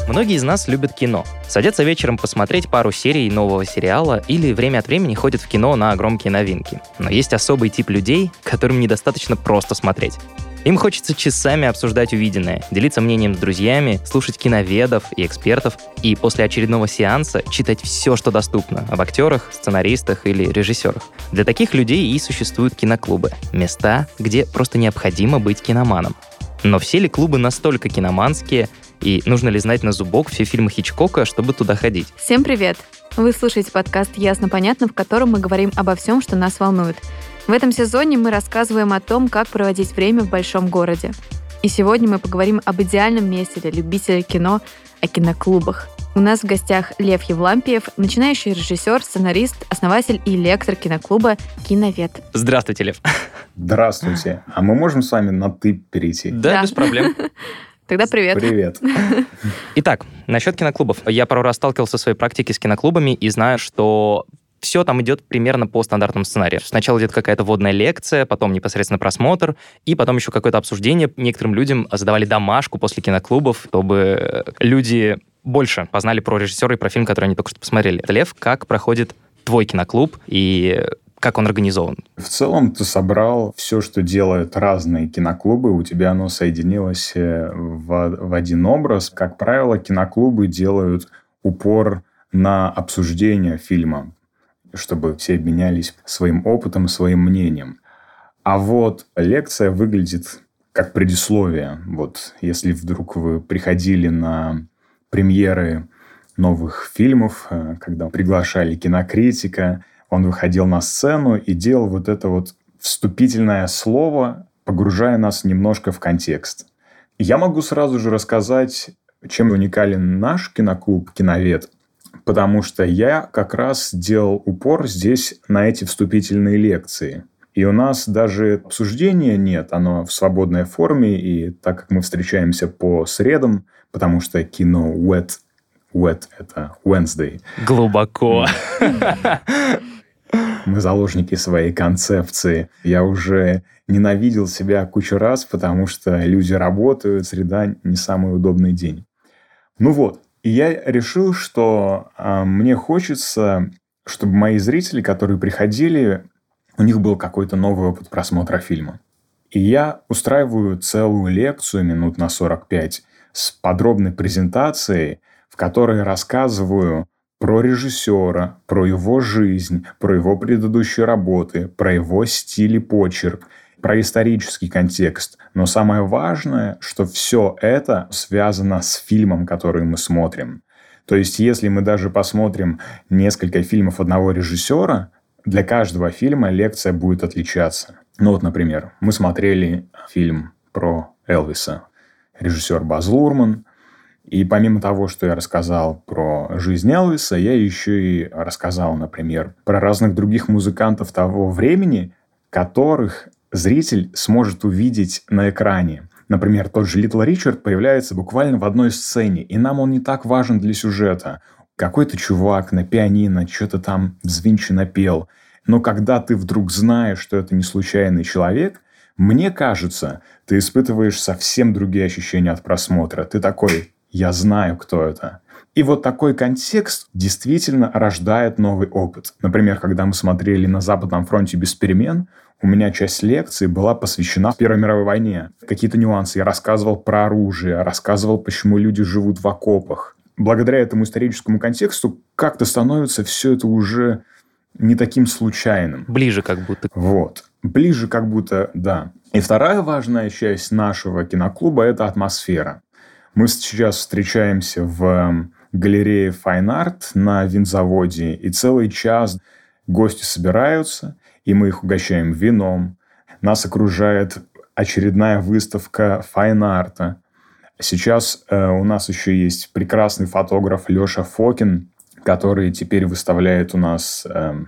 Многие из нас любят кино. Садятся вечером посмотреть пару серий нового сериала или время от времени ходят в кино на громкие новинки. Но есть особый тип людей, которым недостаточно просто смотреть. Им хочется часами обсуждать увиденное, делиться мнением с друзьями, слушать киноведов и экспертов, и после очередного сеанса читать все, что доступно об актерах, сценаристах или режиссерах. Для таких людей и существуют киноклубы. Места, где просто необходимо быть киноманом. Но все ли клубы настолько киноманские, и нужно ли знать на зубок все фильмы Хичкока, чтобы туда ходить? Всем привет! Вы слушаете подкаст «Ясно-понятно», в котором мы говорим обо всем, что нас волнует. В этом сезоне мы рассказываем о том, как проводить время в большом городе. И сегодня мы поговорим об идеальном месте для любителей кино, о киноклубах. У нас в гостях Лев Евлампиев, начинающий режиссер, сценарист, основатель и лектор киноклуба «Киновед». Здравствуйте, Лев. Здравствуйте. А мы можем с вами на «ты» перейти? Да, без проблем. Тогда привет. Привет. Итак, насчет киноклубов. Я пару раз сталкивался в своей практике с киноклубами и знаю, что все там идет примерно по стандартному сценарию. Сначала идет какая-то вводная лекция, потом непосредственно просмотр, и потом еще какое-то обсуждение. Некоторым людям задавали домашку после киноклубов, чтобы люди больше познали про режиссера и про фильм, который они только что посмотрели. Лев, как проходит твой киноклуб и как он организован? В целом ты собрал все, что делают разные киноклубы, у тебя оно соединилось в один образ. Как правило, киноклубы делают упор на обсуждение фильма, чтобы все обменялись своим опытом, своим мнением. А вот лекция выглядит как предисловие. Вот если вдруг вы приходили на премьеры новых фильмов, когда приглашали кинокритика, он выходил на сцену и делал вот это вот вступительное слово, погружая нас немножко в контекст. Я могу сразу же рассказать, чем уникален наш киноклуб «Киновед», потому что я как раз делал упор здесь на эти вступительные лекции. И у нас даже обсуждения нет, оно в свободной форме, и так как мы встречаемся по средам, потому что кино «Wet» — это Wednesday. Глубоко. Мы заложники своей концепции. Я уже ненавидел себя кучу раз, потому что люди работают, среда не самый удобный день. Ну вот, и я решил, что мне хочется, чтобы мои зрители, которые приходили, у них был какой-то новый опыт просмотра фильма. И я устраиваю целую лекцию минут на 45 с подробной презентацией, в которой рассказываю про режиссера, про его жизнь, про его предыдущие работы, про его стиль и почерк, про исторический контекст. Но самое важное, что все это связано с фильмом, который мы смотрим. То есть, если мы даже посмотрим несколько фильмов одного режиссера, для каждого фильма лекция будет отличаться. Ну вот, например, мы смотрели фильм про Элвиса, режиссер Баз Лурман. И помимо того, что я рассказал про жизнь Элвиса, я еще и рассказал, например, про разных других музыкантов того времени, которых зритель сможет увидеть на экране. Например, тот же Литл Ричард появляется буквально в одной сцене, и нам он не так важен для сюжета. Какой-то чувак на пианино что-то там взвинченно пел. Но когда ты вдруг знаешь, что это не случайный человек, мне кажется, ты испытываешь совсем другие ощущения от просмотра. Ты такой: я знаю, кто это. И вот такой контекст действительно рождает новый опыт. Например, когда мы смотрели «На Западном фронте без перемен», у меня часть лекции была посвящена Первой мировой войне. Какие-то нюансы. Я рассказывал про оружие, рассказывал, почему люди живут в окопах. Благодаря этому историческому контексту как-то становится все это уже не таким случайным. Ближе как будто. Вот. Ближе как будто, да. И вторая важная часть нашего киноклуба – это атмосфера. Мы сейчас встречаемся в галерее Fine Art на винзаводе, и целый час гости собираются, и мы их угощаем вином. Нас окружает очередная выставка файн-арта. Сейчас у нас еще есть прекрасный фотограф Леша Фокин, который теперь выставляет у нас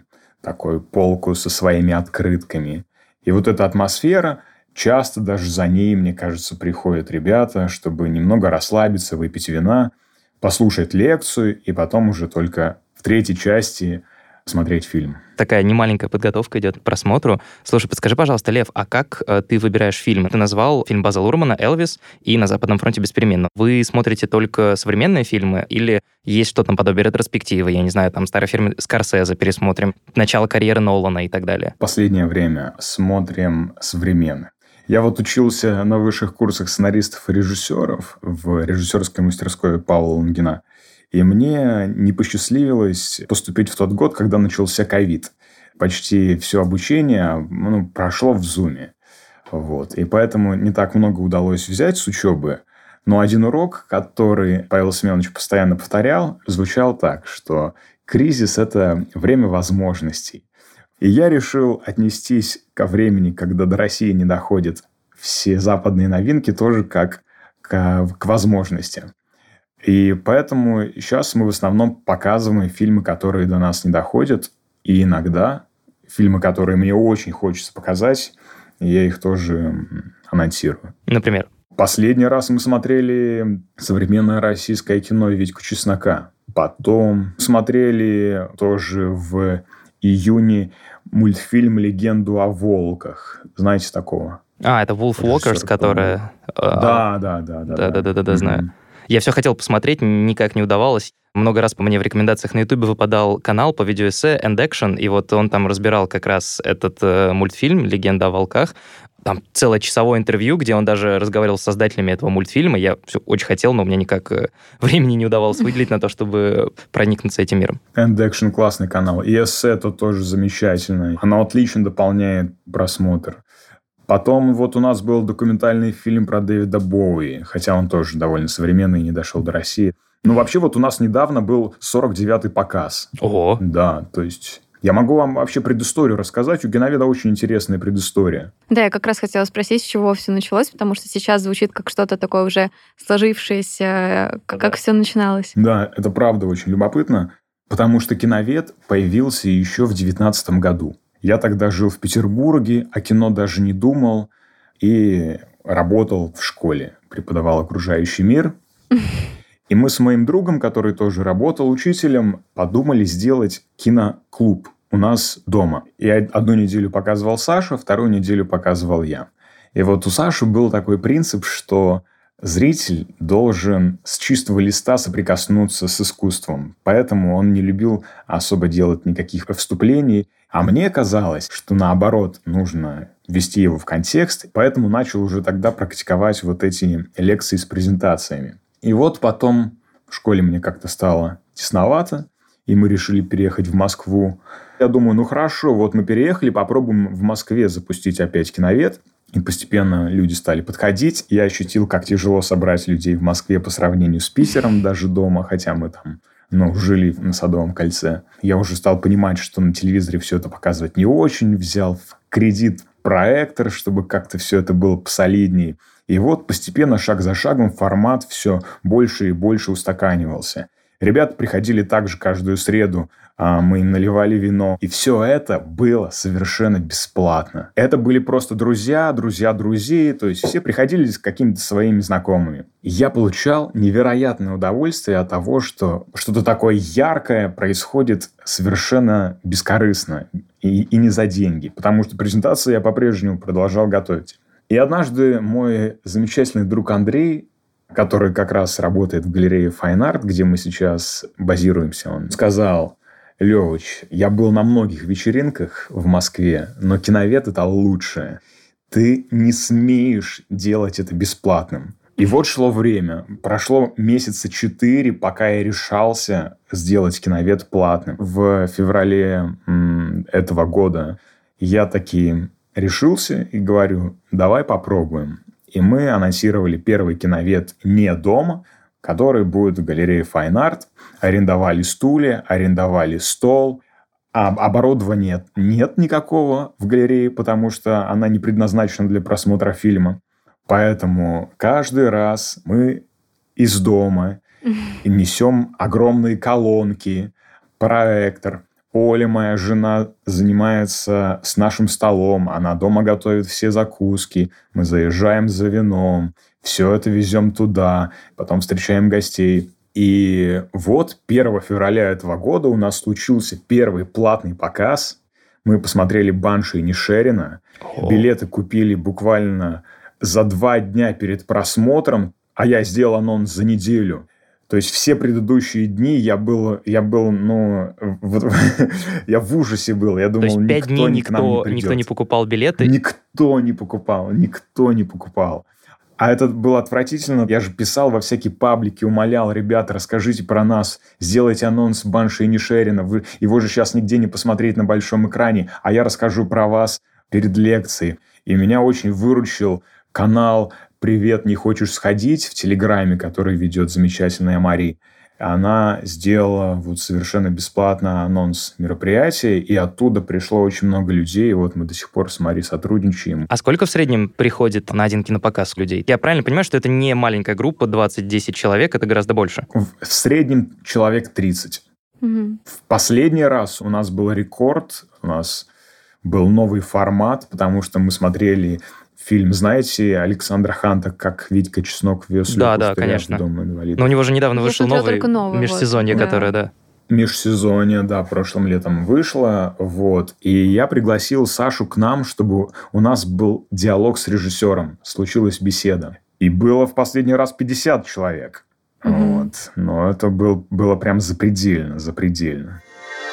такую полку со своими открытками. И вот эта атмосфера, часто даже за ней, мне кажется, приходят ребята, чтобы немного расслабиться, выпить вина, послушать лекцию, и потом уже только в третьей части смотреть фильм. Такая немаленькая подготовка идет к просмотру. Слушай, подскажи, пожалуйста, Лев, а как ты выбираешь фильмы? Ты назвал фильм База Лурмана «Элвис» и «На Западном фронте без перемен». Вы смотрите только современные фильмы или есть что-то наподобие ретроспективы? Я не знаю, там старый фильм Скорсезе пересмотрим, начало карьеры Нолана и так далее. В последнее время смотрим современные. Я вот учился на высших курсах сценаристов и режиссеров в режиссерской мастерской Павла Лунгина. И мне не посчастливилось поступить в тот год, когда начался ковид. Почти все обучение прошло в Zoom. Вот. И поэтому не так много удалось взять с учебы. Но один урок, который Павел Семенович постоянно повторял, звучал так, что кризис – это время возможностей. И я решил отнестись ко времени, когда до России не доходят все западные новинки, тоже как к возможностям. И поэтому сейчас мы в основном показываем фильмы, которые до нас не доходят. И иногда фильмы, которые мне очень хочется показать, я их тоже анонсирую. Например? Последний раз мы смотрели современное российское кино «Витьку Чеснока». Потом смотрели тоже в июне мультфильм «Легенду о волках». Знаете такого? Это Wolf Walkers, которая... Да, знаю. Я все хотел посмотреть, никак не удавалось. Много раз по мне в рекомендациях на Ютубе выпадал канал по видеоэссе End Action, и вот он там разбирал как раз этот мультфильм «Легенда о волках». Там целое часовое интервью, где он даже разговаривал с создателями этого мультфильма. Я все очень хотел, но у меня никак времени не удавалось выделить на то, чтобы проникнуться этим миром. End Action классный канал. И эссе это тоже замечательное. Оно отлично дополняет просмотр. Потом вот у нас был документальный фильм про Дэвида Боуи, хотя он тоже довольно современный и не дошел до России. Ну, вообще, вот у нас недавно был 49-й показ. Ого! Да, то есть... Я могу вам вообще предысторию рассказать. У киноведа очень интересная предыстория. Да, я как раз хотела спросить, с чего все началось, потому что сейчас звучит как что-то такое уже сложившееся, как все начиналось. Да, это правда очень любопытно, потому что киновед появился еще в 19 году. Я тогда жил в Петербурге, о кино даже не думал и работал в школе, преподавал окружающий мир. И мы с моим другом, который тоже работал учителем, подумали сделать киноклуб у нас дома. И одну неделю показывал Саша, вторую неделю показывал я. И вот у Саши был такой принцип, что зритель должен с чистого листа соприкоснуться с искусством. Поэтому он не любил особо делать никаких вступлений. А мне казалось, что наоборот, нужно ввести его в контекст. Поэтому начал уже тогда практиковать вот эти лекции с презентациями. И вот потом в школе мне как-то стало тесновато, и мы решили переехать в Москву. Я думаю, ну хорошо, вот мы переехали, попробуем в Москве запустить опять киновед. И постепенно люди стали подходить. Я ощутил, как тяжело собрать людей в Москве по сравнению с Питером, даже дома, хотя мы там жили на Садовом кольце. Я уже стал понимать, что на телевизоре все это показывать не очень. Взял в кредит проектор, чтобы как-то все это было посолиднее. И вот постепенно, шаг за шагом, формат все больше и больше устаканивался. Ребята приходили также каждую среду, мы им наливали вино. И все это было совершенно бесплатно. Это были просто друзья друзей. То есть все приходили с какими-то своими знакомыми. И я получал невероятное удовольствие от того, что что-то такое яркое происходит совершенно бескорыстно. И не за деньги. Потому что презентации я по-прежнему продолжал готовить. И однажды мой замечательный друг Андрей, который как раз работает в галерее Fine Art, где мы сейчас базируемся, он сказал: Левыч, я был на многих вечеринках в Москве, но киновед – это лучшее. Ты не смеешь делать это бесплатным. И вот шло время. Прошло месяца 4, пока я решался сделать киновед платным. В феврале этого года я таки решился и говорю, давай попробуем. И мы анонсировали первый киновед не дома, который будет в галерее Fine Art. Арендовали стулья, арендовали стол. А оборудования нет никакого в галерее, потому что она не предназначена для просмотра фильма. Поэтому каждый раз мы из дома несем огромные колонки, проектор. Оля, моя жена, занимается с нашим столом. Она дома готовит все закуски. Мы заезжаем за вином. Все это везем туда. Потом встречаем гостей. И вот 1 февраля этого года у нас случился первый платный показ. Мы посмотрели «Банши Инишерина». Билеты купили буквально за 2 дня перед просмотром, а я сделал анонс за неделю. То есть все предыдущие дни я был, я в ужасе был. Я думал, то есть 5 дней никто не покупал билеты? Никто не покупал. А это было отвратительно. Я же писал во всякие паблики, умолял: ребята, расскажите про нас, сделайте анонс Банши Инишерина. Его же сейчас нигде не посмотреть на большом экране, а я расскажу про вас перед лекцией. И меня очень выручил канал «Привет, не хочешь сходить» в Телеграме, который ведет замечательная Мари. Она сделала вот совершенно бесплатно анонс мероприятия, и оттуда пришло очень много людей. И вот мы до сих пор с Мари сотрудничаем. А сколько в среднем приходит на один кинопоказ людей? Я правильно понимаю, что это не маленькая группа, 20-10 человек, это гораздо больше? В среднем человек 30. В последний раз у нас был рекорд, у нас был новый формат, потому что мы смотрели фильм, знаете, Александра Ханта, как Витька Чеснок вез да, конечно. в Дом инвалидов. Но у него же недавно вышел новый межсезонье, вот. которое, да. Межсезонье, да, прошлым летом вышло. Вот. И я пригласил Сашу к нам, чтобы у нас был диалог с режиссером. Случилась беседа. И было в последний раз 50 человек. Вот. Но это было прям запредельно.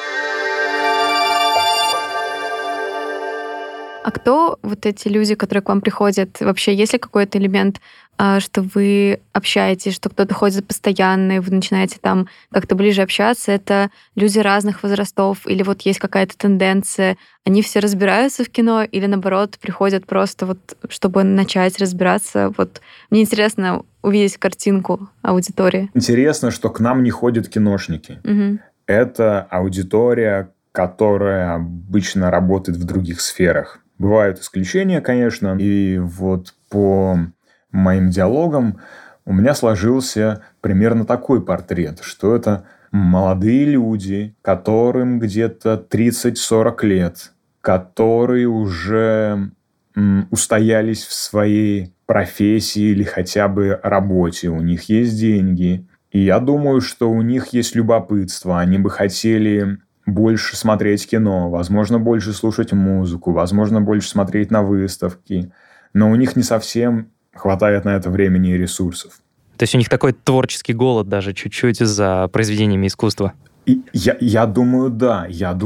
А кто вот эти люди, которые к вам приходят? Вообще, есть ли какой-то элемент, что вы общаетесь, что кто-то ходит постоянно, и вы начинаете там как-то ближе общаться? Это люди разных возрастов? Или вот есть какая-то тенденция? Они все разбираются в кино? Или, наоборот, приходят просто вот, чтобы начать разбираться? Вот мне интересно увидеть картинку аудитории. Интересно, что к нам не ходят киношники. Это аудитория, которая обычно работает в других сферах. Бывают исключения, конечно. И вот по моим диалогам у меня сложился примерно такой портрет, что это молодые люди, которым где-то 30-40 лет, которые уже устоялись в своей профессии или хотя бы работе. У них есть деньги. И я думаю, что у них есть любопытство. Они бы хотели больше смотреть кино, возможно, больше слушать музыку, возможно, больше смотреть на выставки. Но у них не совсем хватает на это времени и ресурсов. То есть у них такой творческий голод даже чуть-чуть за произведениями искусства? И я думаю, да.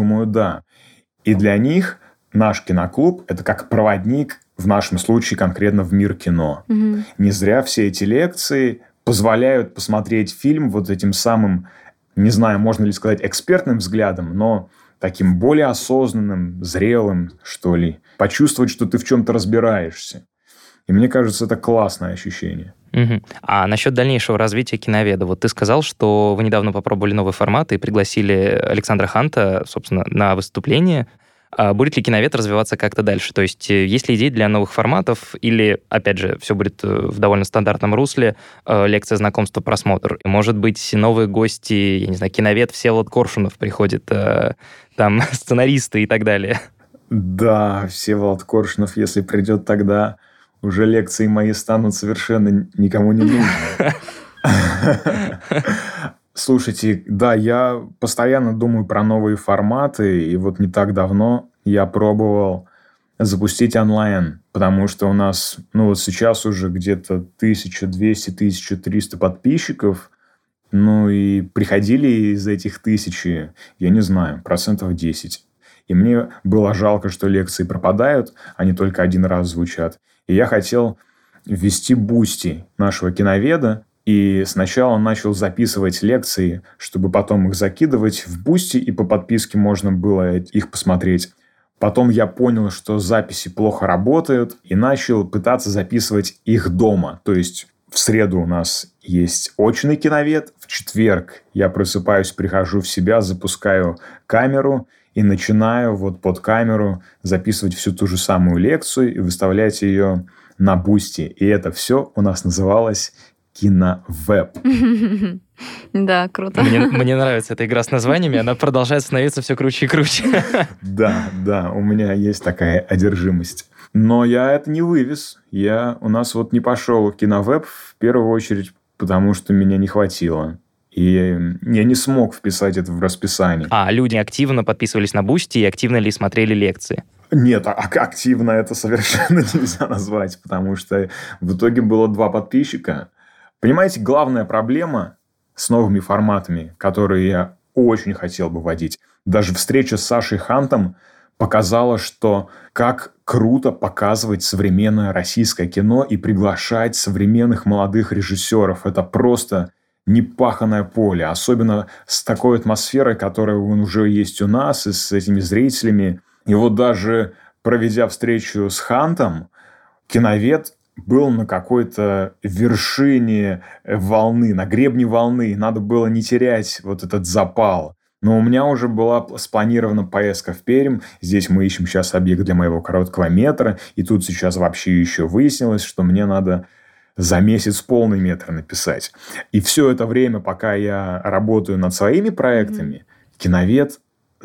И для них наш киноклуб – это как проводник, в нашем случае конкретно в мир кино. Не зря все эти лекции позволяют посмотреть фильм вот этим самым, не знаю, можно ли сказать, экспертным взглядом, но таким более осознанным, зрелым, что ли. Почувствовать, что ты в чем-то разбираешься. И мне кажется, это классное ощущение. А насчет дальнейшего развития киноведа. Вот ты сказал, что вы недавно попробовали новый формат и пригласили Александра Ханта, собственно, на выступление. А будет ли киновед развиваться как-то дальше? То есть есть ли идеи для новых форматов? Или, опять же, все будет в довольно стандартном русле, лекция, знакомство, просмотр? И, может быть, новые гости, я не знаю, киновед Всеволод Коршунов приходит, там, сценаристы и так далее? Да, Всеволод Коршунов, если придет, тогда уже лекции мои станут совершенно никому не нужны. Слушайте, да, я постоянно думаю про новые форматы, и вот не так давно я пробовал запустить онлайн, потому что у нас, вот сейчас уже где-то 1200-1300 подписчиков, и приходили из этих 1000, я не знаю, 10%. И мне было жалко, что лекции пропадают, они только один раз звучат. И я хотел ввести Бусти нашего киноведа, и сначала он начал записывать лекции, чтобы потом их закидывать в Бусти, и по подписке можно было их посмотреть. Потом я понял, что записи плохо работают, и начал пытаться записывать их дома. То есть в среду у нас есть очный киновед, в четверг я просыпаюсь, прихожу в себя, запускаю камеру и начинаю вот под камеру записывать всю ту же самую лекцию и выставлять ее на Бусти. И это все у нас называлось «Киновеб». Да, круто. Мне нравится эта игра с названиями, она продолжает становиться все круче и круче. Да, у меня есть такая одержимость. Но я это не вывез. У нас вот не пошел «Киновеб» в первую очередь, потому что меня не хватило. И я не смог вписать это в расписание. А люди активно подписывались на Boosty и активно ли смотрели лекции? Нет, активно это совершенно нельзя назвать, потому что в итоге было 2 подписчика. Понимаете, главная проблема с новыми форматами, которые я очень хотел бы вводить, даже встреча с Сашей Хантом показала, что как круто показывать современное российское кино и приглашать современных молодых режиссеров. Это просто непаханное поле, особенно с такой атмосферой, которая уже есть у нас, и с этими зрителями. И вот даже проведя встречу с Хантом, киновед был на какой-то вершине волны, на гребне волны. Надо было не терять вот этот запал. Но у меня уже была спланирована поездка в Пермь. Здесь мы ищем сейчас объект для моего короткого метра. И тут сейчас вообще еще выяснилось, что мне надо за месяц полный метр написать. И все это время, пока я работаю над своими проектами, киновед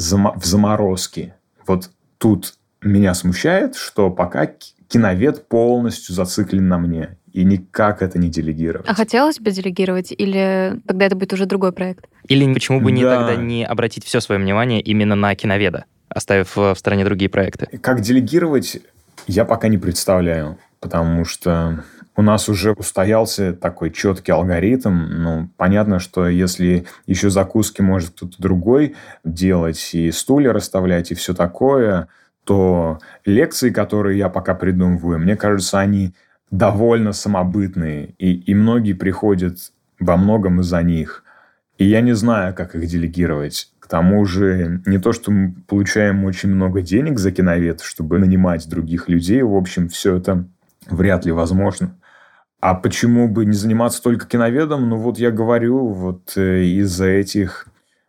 в заморозке. Вот тут меня смущает, что пока киновед полностью зациклен на мне. И никак это не делегировать. А хотелось бы делегировать? Или тогда это будет уже другой проект? Или почему бы тогда не обратить все свое внимание именно на киноведа, оставив в стороне другие проекты? Как делегировать, я пока не представляю. Потому что у нас уже устоялся такой четкий алгоритм. Ну, понятно, что если еще закуски может кто-то другой делать, и стулья расставлять, и все такое, то лекции, которые я пока придумываю, мне кажется, они довольно самобытные. И многие приходят во многом из-за них. И я не знаю, как их делегировать. К тому же, не то, что мы получаем очень много денег за киновед, чтобы нанимать других людей. В общем, все это вряд ли возможно. А почему бы не заниматься только киноведом? Ну, вот я говорю, вот из-за этих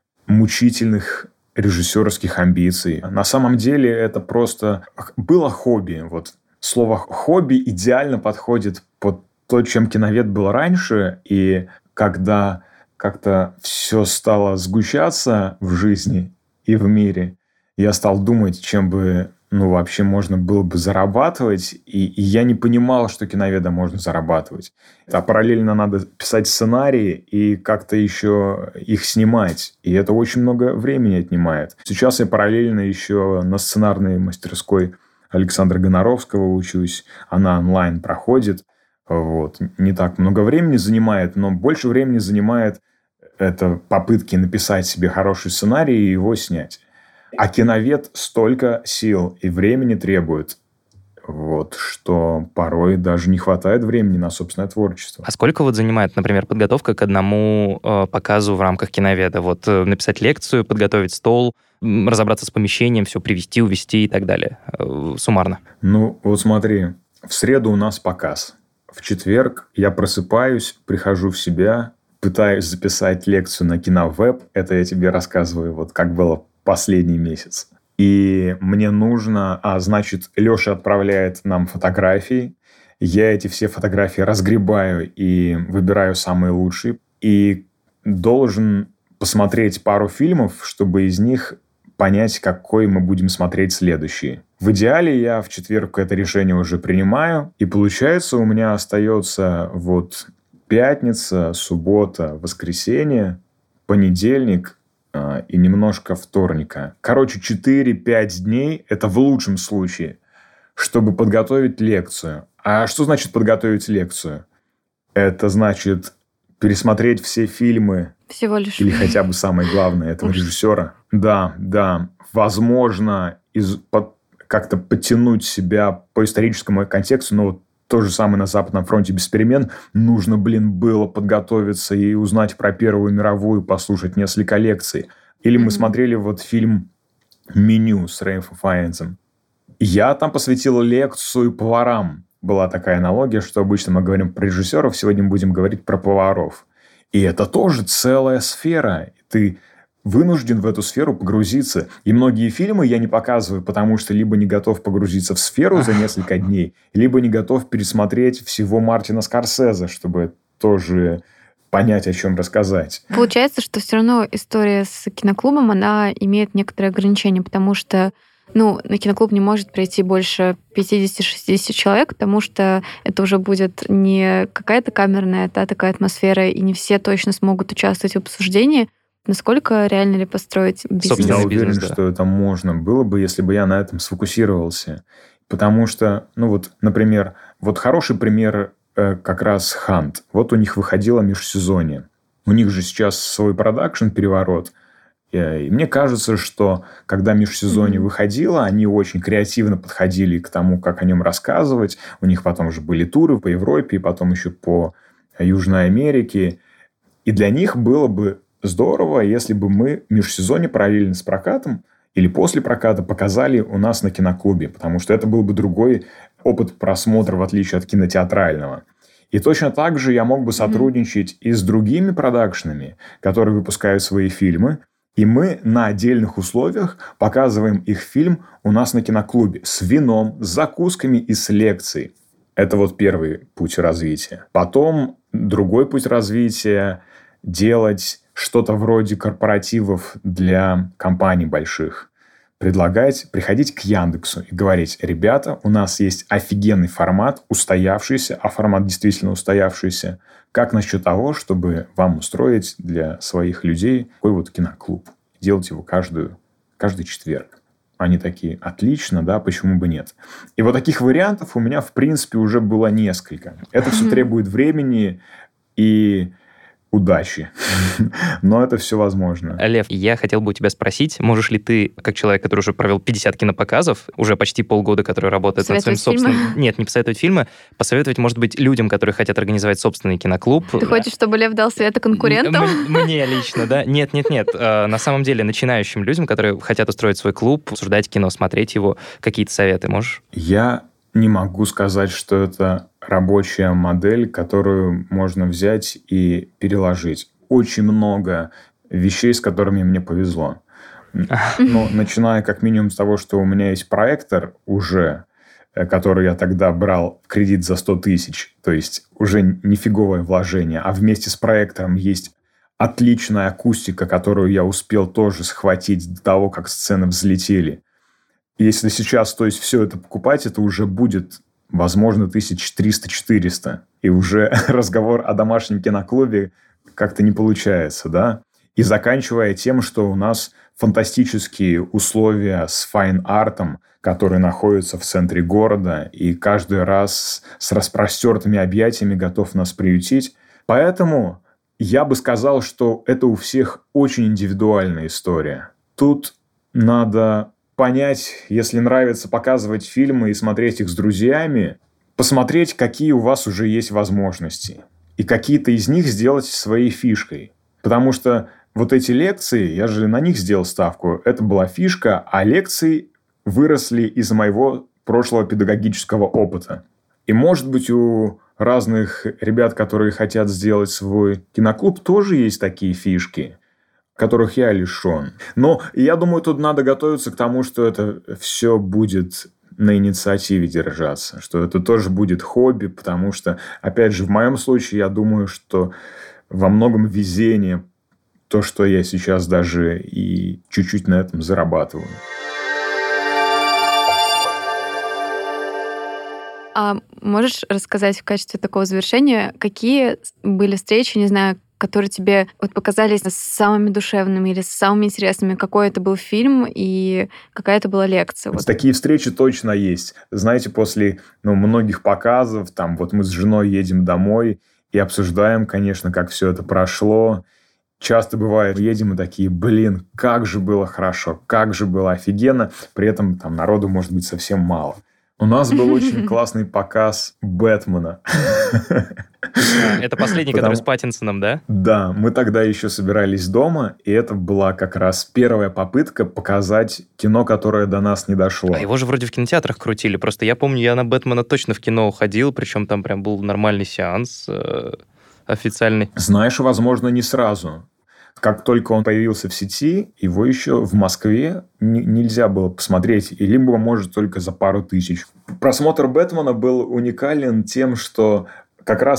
мучительных режиссерских амбиций. На самом деле это просто было хобби. Вот слово «хобби» идеально подходит под то, чем киновед был раньше. И когда как-то все стало сгущаться в жизни и в мире, я стал думать, чем бы вообще можно было бы зарабатывать. И я не понимал, что киноведом можно зарабатывать. А параллельно надо писать сценарии и как-то еще их снимать. И это очень много времени отнимает. Сейчас я параллельно еще на сценарной мастерской Александра Гоноровского учусь. Она онлайн проходит. Вот. Не так много времени занимает, но больше времени занимает это попытки написать себе хороший сценарий и его снять. А киновед столько сил и времени требует, вот, что порой даже не хватает времени на собственное творчество. А сколько вот занимает, например, подготовка к одному показу в рамках киноведа? Вот написать лекцию, подготовить стол, разобраться с помещением, все привезти, увезти и так далее. Суммарно. Ну, вот смотри, в среду у нас показ. В четверг я просыпаюсь, прихожу в себя, пытаюсь записать лекцию на Киновеб. Это я тебе рассказываю, вот как было последний месяц. И мне нужно... значит, Леша отправляет нам фотографии. Я эти все фотографии разгребаю и выбираю самые лучшие. И должен посмотреть пару фильмов, чтобы из них понять, какой мы будем смотреть следующий. В идеале я в четверг это решение уже принимаю. И получается, у меня остается вот пятница, суббота, воскресенье, понедельник и немножко вторника. Короче, 4-5 дней, это в лучшем случае, чтобы подготовить лекцию. А что значит подготовить лекцию? Это значит пересмотреть все фильмы. Всего лишь. Или хотя бы самое главное, этого режиссера. Да. Возможно, как-то подтянуть себя по историческому контексту, но то же самое на Западном фронте без перемен. Нужно, было подготовиться и узнать про Первую мировую, послушать несколько лекций. Или мы смотрели вот фильм «Меню» с Рейфом Файнсом. Я там посвятил лекцию поварам. Была такая аналогия, что обычно мы говорим про режиссеров, сегодня мы будем говорить про поваров. И это тоже целая сфера. Ты вынужден в эту сферу погрузиться. И многие фильмы я не показываю, потому что либо не готов погрузиться в сферу за несколько дней, либо не готов пересмотреть всего Мартина Скорсезе, чтобы тоже понять, о чем рассказать. Получается, что все равно история с киноклубом, она имеет некоторые ограничения, потому что На киноклуб не может прийти больше 50-60 человек, потому что это уже будет не какая-то камерная, такая атмосфера, и не все точно смогут участвовать в обсуждении. Насколько реально ли построить бизнес? Я уверен, что это можно было бы, если бы я на этом сфокусировался. Потому что, например, хороший пример как раз «Хант». Вот у них выходило межсезонье. У них же сейчас свой продакшн-переворот. И мне кажется, что когда межсезонье выходило, они очень креативно подходили к тому, как о нем рассказывать. У них потом уже были туры по Европе, и потом еще по Южной Америке. И для них было бы здорово, если бы мы межсезонье параллельно с прокатом или после проката показали у нас на киноклубе, потому что это был бы другой опыт просмотра, в отличие от кинотеатрального. И точно так же я мог бы сотрудничать и с другими продакшнами, которые выпускают свои фильмы, и мы на отдельных условиях показываем их фильм у нас на киноклубе с вином, с закусками и с лекцией. Это первый путь развития. Потом другой путь развития – делать что-то вроде корпоративов для компаний больших. Приходить к Яндексу и говорить: ребята, у нас есть офигенный формат, устоявшийся, а формат действительно устоявшийся. Как насчет того, чтобы вам устроить для своих людей такой киноклуб? Делать его каждый четверг. Они такие: отлично, да, почему бы нет? И таких вариантов у меня, в принципе, уже было несколько. Это все требует времени и удачи. Но это все возможно. Лев, я хотел бы у тебя спросить, можешь ли ты, как человек, который уже провел 50 кинопоказов, уже почти полгода, который работает над своим собственным... Нет, не посоветовать фильмы, посоветовать, может быть, людям, которые хотят организовать собственный киноклуб. Ты хочешь, чтобы Лев дал совета конкурентам? Мне лично, да? Нет. На самом деле, начинающим людям, которые хотят устроить свой клуб, обсуждать кино, смотреть его, какие-то советы можешь? Я не могу сказать, что это рабочая модель, которую можно взять и переложить. Очень много вещей, с которыми мне повезло. Начиная как минимум с того, что у меня есть проектор уже, который я тогда брал в кредит за 100 тысяч. То есть уже нифиговое вложение. А вместе с проектором есть отличная акустика, которую я успел тоже схватить до того, как сцены взлетели. Если сейчас, все это покупать, это уже будет, возможно, 1300-400. И уже разговор о домашнем киноклубе как-то не получается, да? И заканчивая тем, что у нас фантастические условия с файн-артом, который находится в центре города и каждый раз с распростертыми объятиями готов нас приютить. Поэтому я бы сказал, что это у всех очень индивидуальная история. Тут надо понять, если нравится показывать фильмы и смотреть их с друзьями, посмотреть, какие у вас уже есть возможности. И какие-то из них сделать своей фишкой. Потому что эти лекции, я же на них сделал ставку, это была фишка, а лекции выросли из моего прошлого педагогического опыта. И, может быть, у разных ребят, которые хотят сделать свой киноклуб, тоже есть такие фишки, которых я лишен. Но я думаю, тут надо готовиться к тому, что это все будет на инициативе держаться, что это тоже будет хобби, потому что, опять же, в моем случае, я думаю, что во многом везение, то, что я сейчас даже и чуть-чуть на этом зарабатываю. А можешь рассказать в качестве такого завершения, какие были встречи, не знаю, которые тебе показались самыми душевными или самыми интересными? Какой это был фильм и какая это была лекция? Такие встречи точно есть. Знаете, после многих показов, мы с женой едем домой и обсуждаем, конечно, как все это прошло. Часто бывает, едем и такие: как же было хорошо, как же было офигенно. При этом народу может быть совсем мало. У нас был очень классный показ «Бэтмена». Это последний, который с Паттинсоном, да? Да, мы тогда еще собирались дома, и это была как раз первая попытка показать кино, которое до нас не дошло. А его же вроде в кинотеатрах крутили. Просто я помню, я на «Бэтмена» точно в кино уходил, причем там прям был нормальный сеанс официальный. Знаешь, возможно, не сразу. Как только он появился в сети, его еще в Москве нельзя было посмотреть, и либо, может, только за пару тысяч. Просмотр «Бэтмена» был уникален тем, что как раз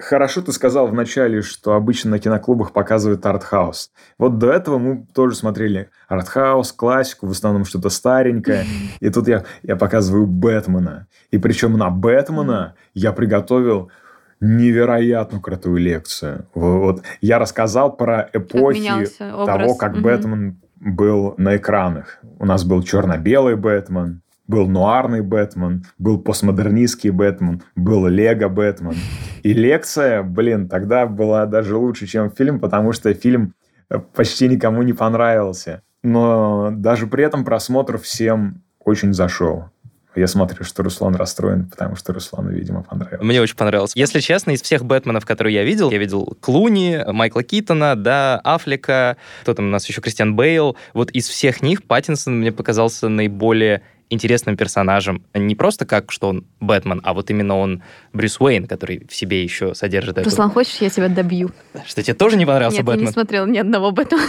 Хорошо ты сказал вначале, что обычно на киноклубах показывают артхаус. Вот до этого мы тоже смотрели артхаус, классику, в основном что-то старенькое. И тут я показываю Бэтмена. И причем на Бэтмена я приготовил невероятно крутую лекцию. Вот я рассказал про эпохи того, как Бэтмен был на экранах. У нас был черно-белый Бэтмен, был нуарный Бэтмен, был постмодернистский Бэтмен, был Лего Бэтмен. И лекция, тогда была даже лучше, чем фильм, потому что фильм почти никому не понравился. Но даже при этом просмотр всем очень зашел. Я смотрю, что Руслан расстроен, потому что Руслану, видимо, понравилось. Мне очень понравилось. Если честно, из всех Бэтменов, которые я видел Клуни, Майкла Китона, да, Аффлека, кто там у нас еще, Кристиан Бейл. Вот из всех них Паттинсон мне показался наиболее интересным персонажем. Не просто как, что он Бэтмен, а вот именно он Брюс Уэйн, который в себе еще содержит эту... Руслан, хочешь, я тебя добью? Что, тебе тоже не понравился Бэтмен? Нет, я не смотрела ни одного Бэтмена.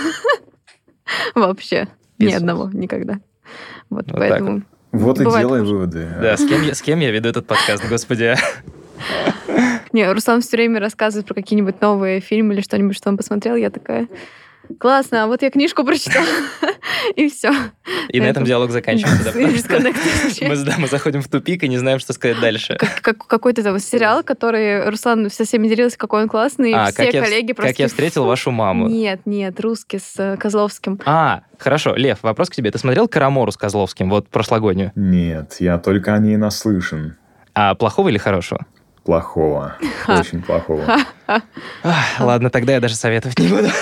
Вообще. Ни одного. Никогда. Вот поэтому... Вот и делай выводы. Да, с кем я веду этот подкаст, господи. Не, Руслан все время рассказывает про какие-нибудь новые фильмы или что-нибудь, что он посмотрел. Я такая, классно, а вот я книжку прочитала. И все. И на этом диалог заканчивается. Мы заходим в тупик и не знаем, что сказать дальше. Какой-то сериал, который Руслан со всеми делился, какой он классный, и все коллеги просто... «Как я встретил вашу маму». Нет, русский с Козловским. Хорошо. Лев, вопрос к тебе. Ты смотрел «Карамору» с Козловским, вот прошлогоднюю? Нет, я только о ней наслышан. А плохого или хорошего? Плохого. Очень плохого. Ладно, тогда я даже советовать не буду.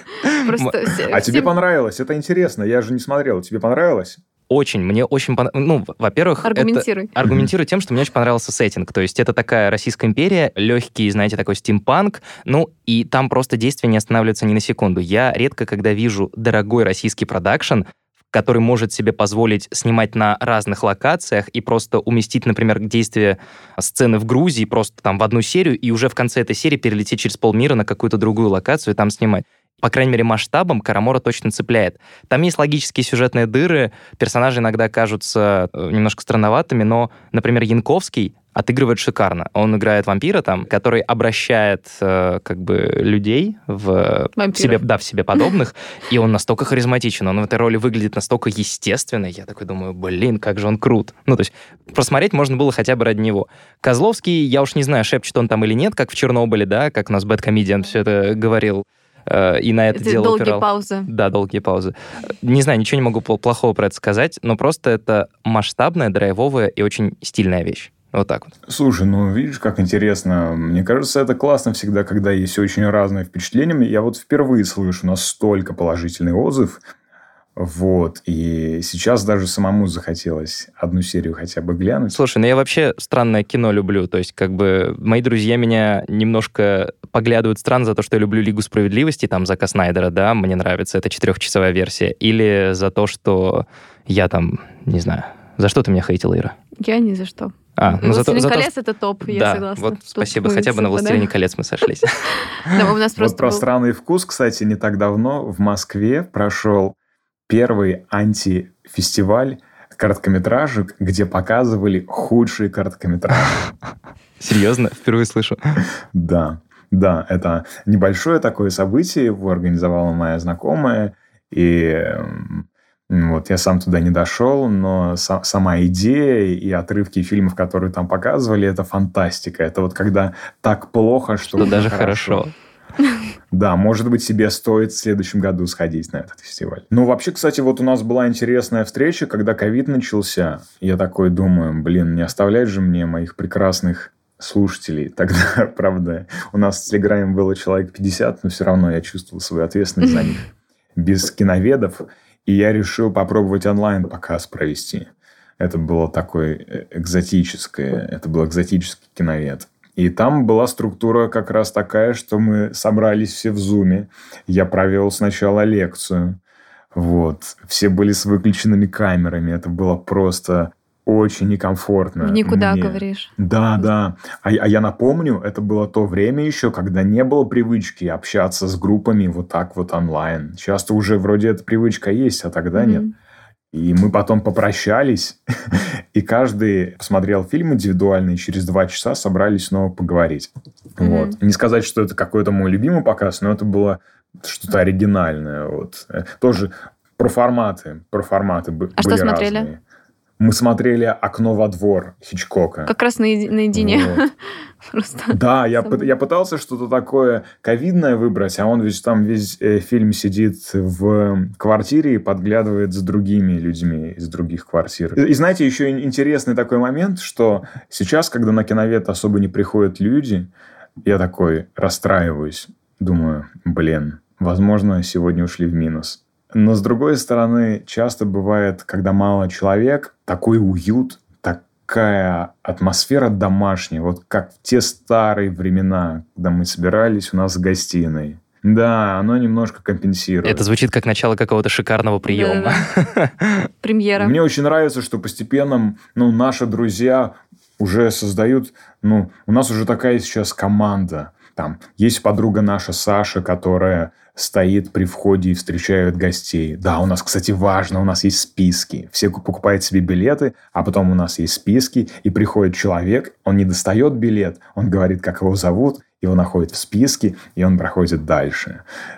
А тебе понравилось? Это интересно. Я же не смотрел. Тебе понравилось? Очень. Мне очень понравилось. Ну, во-первых... Аргументируй. Аргументирую тем, что мне очень понравился сеттинг. То есть это такая Российская империя, легкий, знаете, такой стимпанк. Ну, и там просто действие не останавливается ни на секунду. Я редко, когда вижу дорогой российский продакшн, который может себе позволить снимать на разных локациях и просто уместить, например, действие сцены в Грузии просто там в одну серию и уже в конце этой серии перелететь через полмира на какую-то другую локацию и там снимать. По крайней мере, масштабом Карамора точно цепляет. Там есть логические сюжетные дыры, персонажи иногда кажутся немножко странноватыми, но, например, Янковский отыгрывает шикарно. Он играет вампира там, который обращает людей в себе подобных, и он настолько харизматичен, он в этой роли выглядит настолько естественно. Я такой думаю, как же он крут. Ну, то есть просмотреть можно было хотя бы ради него. Козловский, я уж не знаю, шепчет он там или нет, как в Чернобыле, да, как у нас Бэдкомедиан все это говорил. И на это дело долгие упирал. Паузы. Да, долгие паузы. Не знаю, ничего не могу плохого про это сказать, но просто это масштабная, драйвовая и очень стильная вещь. Вот так вот. Слушай, видишь, как интересно. Мне кажется, это классно всегда, когда есть очень разные впечатления. Я вот впервые слышу настолько положительный отзыв. Вот. И сейчас даже самому захотелось одну серию хотя бы глянуть. Слушай, я вообще странное кино люблю. То есть, мои друзья меня немножко поглядывают странно за то, что я люблю «Лигу справедливости», там, Зака Снайдера, да, мне нравится, это 4-часовая версия. Или за то, что я там, не знаю... За что ты меня хейтила, Ира? Я ни за что. «Властелин колец» — это топ, я согласна. Вот спасибо, хотя бы на «Властелине колец» мы сошлись. Вот про «Странный вкус», кстати, не так давно в Москве прошел первый антифестиваль короткометражек, где показывали худшие короткометражи. Серьезно? Впервые слышу. Да, это небольшое такое событие, его организовала моя знакомая, и вот я сам туда не дошел, но сама идея и отрывки фильмов, которые там показывали, это фантастика. Это вот когда так плохо, что даже хорошо. Да, может быть, себе стоит в следующем году сходить на этот фестиваль. Вообще, кстати, вот у нас была интересная встреча, когда ковид начался. Я такой думаю, не оставлять же мне моих прекрасных слушателей. Тогда, правда, у нас в Телеграме было человек 50, но все равно я чувствовал свою ответственность за них. Без киноведов. И я решил попробовать онлайн-показ провести. Это было такое экзотическое. Это был экзотический киновед. И там была структура как раз такая, что мы собрались все в Зуме. Я провел сначала лекцию. Вот. Все были с выключенными камерами. Это было просто очень некомфортно. В никуда, говоришь. Да. А я напомню, это было то время еще, когда не было привычки общаться с группами вот так вот онлайн. Часто уже вроде эта привычка есть, а тогда нет. И мы потом попрощались, и каждый посмотрел фильм индивидуально, и через 2 часа собрались снова поговорить. Вот. Не сказать, что это какой-то мой любимый показ, но это было что-то оригинальное. Вот. Тоже про форматы были что смотрели? разные. Мы смотрели «Окно во двор» Хичкока. Как раз наедине. Вот. Просто. Да, я пытался что-то такое ковидное выбрать, а он ведь там весь фильм сидит в квартире и подглядывает за другими людьми из других квартир. И знаете, еще интересный такой момент, что сейчас, когда на киновед особо не приходят люди, я такой расстраиваюсь. Думаю, возможно, сегодня ушли в минус. Но, с другой стороны, часто бывает, когда мало человек, такой уют, такая атмосфера домашняя, вот как в те старые времена, когда мы собирались у нас в гостиной. Да, оно немножко компенсирует. Это звучит как начало какого-то шикарного приема. Премьера. Мне очень нравится, что постепенно наши друзья уже создают... у нас уже такая сейчас команда. Там есть подруга наша Саша, которая стоит при входе и встречает гостей. Да, у нас, кстати, важно, у нас есть списки. Все покупают себе билеты, а потом у нас есть списки, и приходит человек, он не достает билет, он говорит, как его зовут, его находит в списке, и он проходит дальше.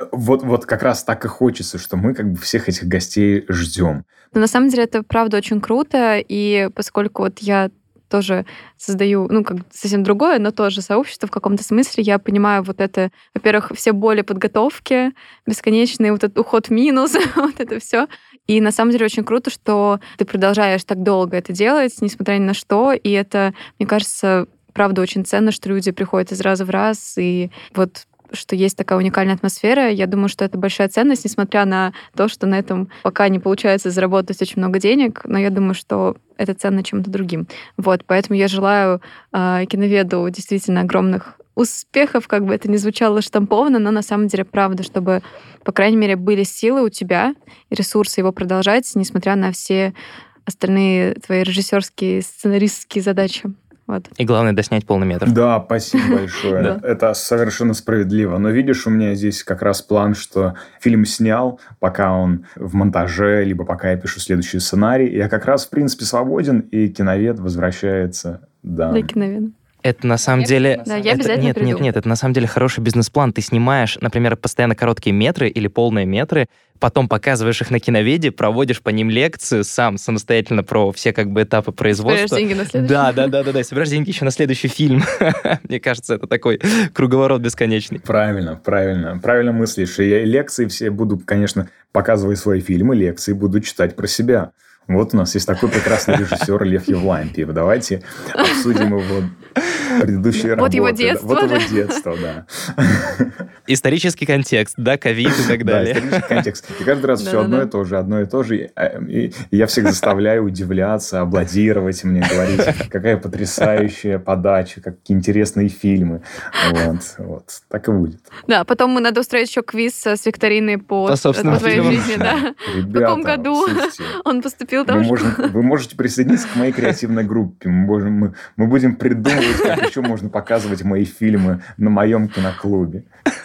Вот как раз так и хочется, что мы как бы всех этих гостей ждем. Но на самом деле это правда очень круто, и поскольку вот я тоже создаю, совсем другое, но тоже сообщество в каком-то смысле. Я понимаю вот это, во-первых, все боли подготовки, бесконечный вот этот уход в минус, вот это все. И на самом деле очень круто, что ты продолжаешь так долго это делать, несмотря ни на что. И это, мне кажется, правда очень ценно, что люди приходят из раза в раз, и вот что есть такая уникальная атмосфера. Я думаю, что это большая ценность, несмотря на то, что на этом пока не получается заработать очень много денег, но я думаю, что это ценно чем-то другим. Вот, поэтому я желаю киноведу действительно огромных успехов, как бы это ни звучало штамповано, но на самом деле правда, чтобы, по крайней мере, были силы у тебя и ресурсы его продолжать, несмотря на все остальные твои режиссерские, сценаристские задачи. Вот. И главное, доснять полный метр. Да, спасибо большое. Это совершенно справедливо. Но видишь, у меня здесь как раз план, что фильм снял, пока он в монтаже, либо пока я пишу следующий сценарий. Я как раз, в принципе, свободен, и киновед возвращается. Да. Для киноведа. Это на самом деле... Да, я обязательно приду. Нет, это на самом деле хороший бизнес-план. Ты снимаешь, например, постоянно короткие метры или полные метры, потом показываешь их на киноведе, проводишь по ним лекцию самостоятельно про все как бы этапы производства. Собираешь деньги на следующий. Да. Собираешь деньги еще на следующий фильм. Мне кажется, это такой круговорот бесконечный. Правильно мыслишь. И я лекции все буду, конечно, показывая свои фильмы, лекции буду читать про себя. Вот у нас есть такой прекрасный режиссер Лев Евлампиев. Давайте обсудим его предыдущие работы. Вот его детство. Вот его детство, да. Исторический контекст, да, ковид и так далее. Да, исторический контекст. И каждый раз все одно и то же. И я всех заставляю удивляться, аплодировать мне, говорить, какая потрясающая подача, какие интересные фильмы. Вот. Так и будет. Да, потом надо устроить еще квиз с викториной по твоей жизни, да. Ребята, в каком году он поступил там в школу. Вы можете присоединиться к моей креативной группе. Мы будем придумывать, как еще можно показывать мои фильмы на моем киноклубе.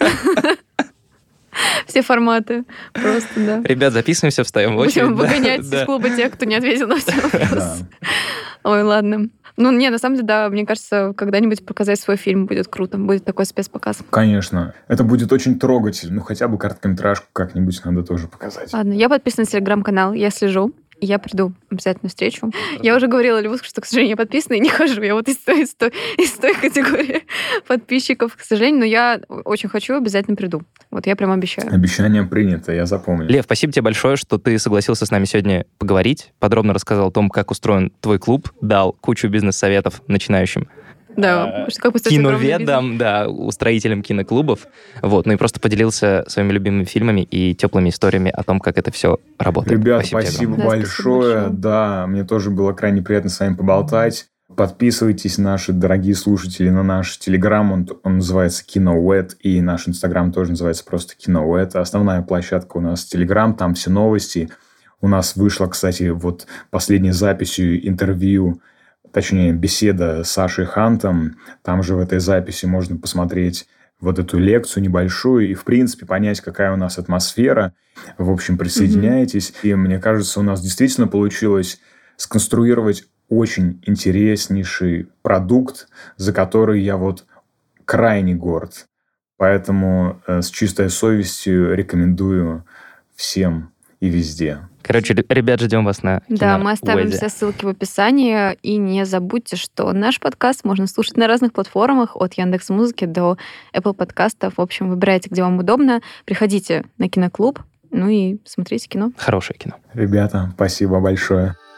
Все форматы. Просто, да. Ребят, записываемся, встаем в очередь. Будем выгонять из клуба тех, кто не ответил на все вопросы. Ой, ладно. На самом деле, да, мне кажется, когда-нибудь показать свой фильм будет круто. Будет такой спецпоказ. Конечно. Это будет очень трогательно. Хотя бы короткометражку как-нибудь надо тоже показать. Ладно, я подписана на телеграм-канал, я слежу. Я приду обязательно встречу. Я уже говорила Льву, что, к сожалению, я подписана и не хожу. Я вот из той категории подписчиков, к сожалению. Но я очень хочу, обязательно приду. Вот я прям обещаю. Обещание принято, я запомню. Лев, спасибо тебе большое, что ты согласился с нами сегодня поговорить. Подробно рассказал о том, как устроен твой клуб. Дал кучу бизнес-советов начинающим Да, как киноведам, да, устроителям киноклубов. Вот, и просто поделился своими любимыми фильмами и теплыми историями о том, как это все работает. Ребят, спасибо большое. Да, мне тоже было крайне приятно с вами поболтать. Подписывайтесь, наши дорогие слушатели, на наш Телеграм. Он называется Киноуэт, и наш Инстаграм тоже называется просто Киноуэт. Основная площадка у нас Телеграм, там все новости. У нас вышла, кстати, вот последней записью интервью, точнее, беседа с Сашей Хантом. Там же в этой записи можно посмотреть вот эту лекцию небольшую и, в принципе, понять, какая у нас атмосфера. В общем, присоединяйтесь. И мне кажется, у нас действительно получилось сконструировать очень интереснейший продукт, за который я вот крайне горд. Поэтому с чистой совестью рекомендую всем и везде. Короче, ребят, ждем вас на Киноуэзе. Да, мы оставим все ссылки в описании. И не забудьте, что наш подкаст можно слушать на разных платформах, от Яндекс.Музыки до Apple подкастов. В общем, выбирайте, где вам удобно. Приходите на киноклуб, ну и смотрите кино. Хорошее кино. Ребята, спасибо большое.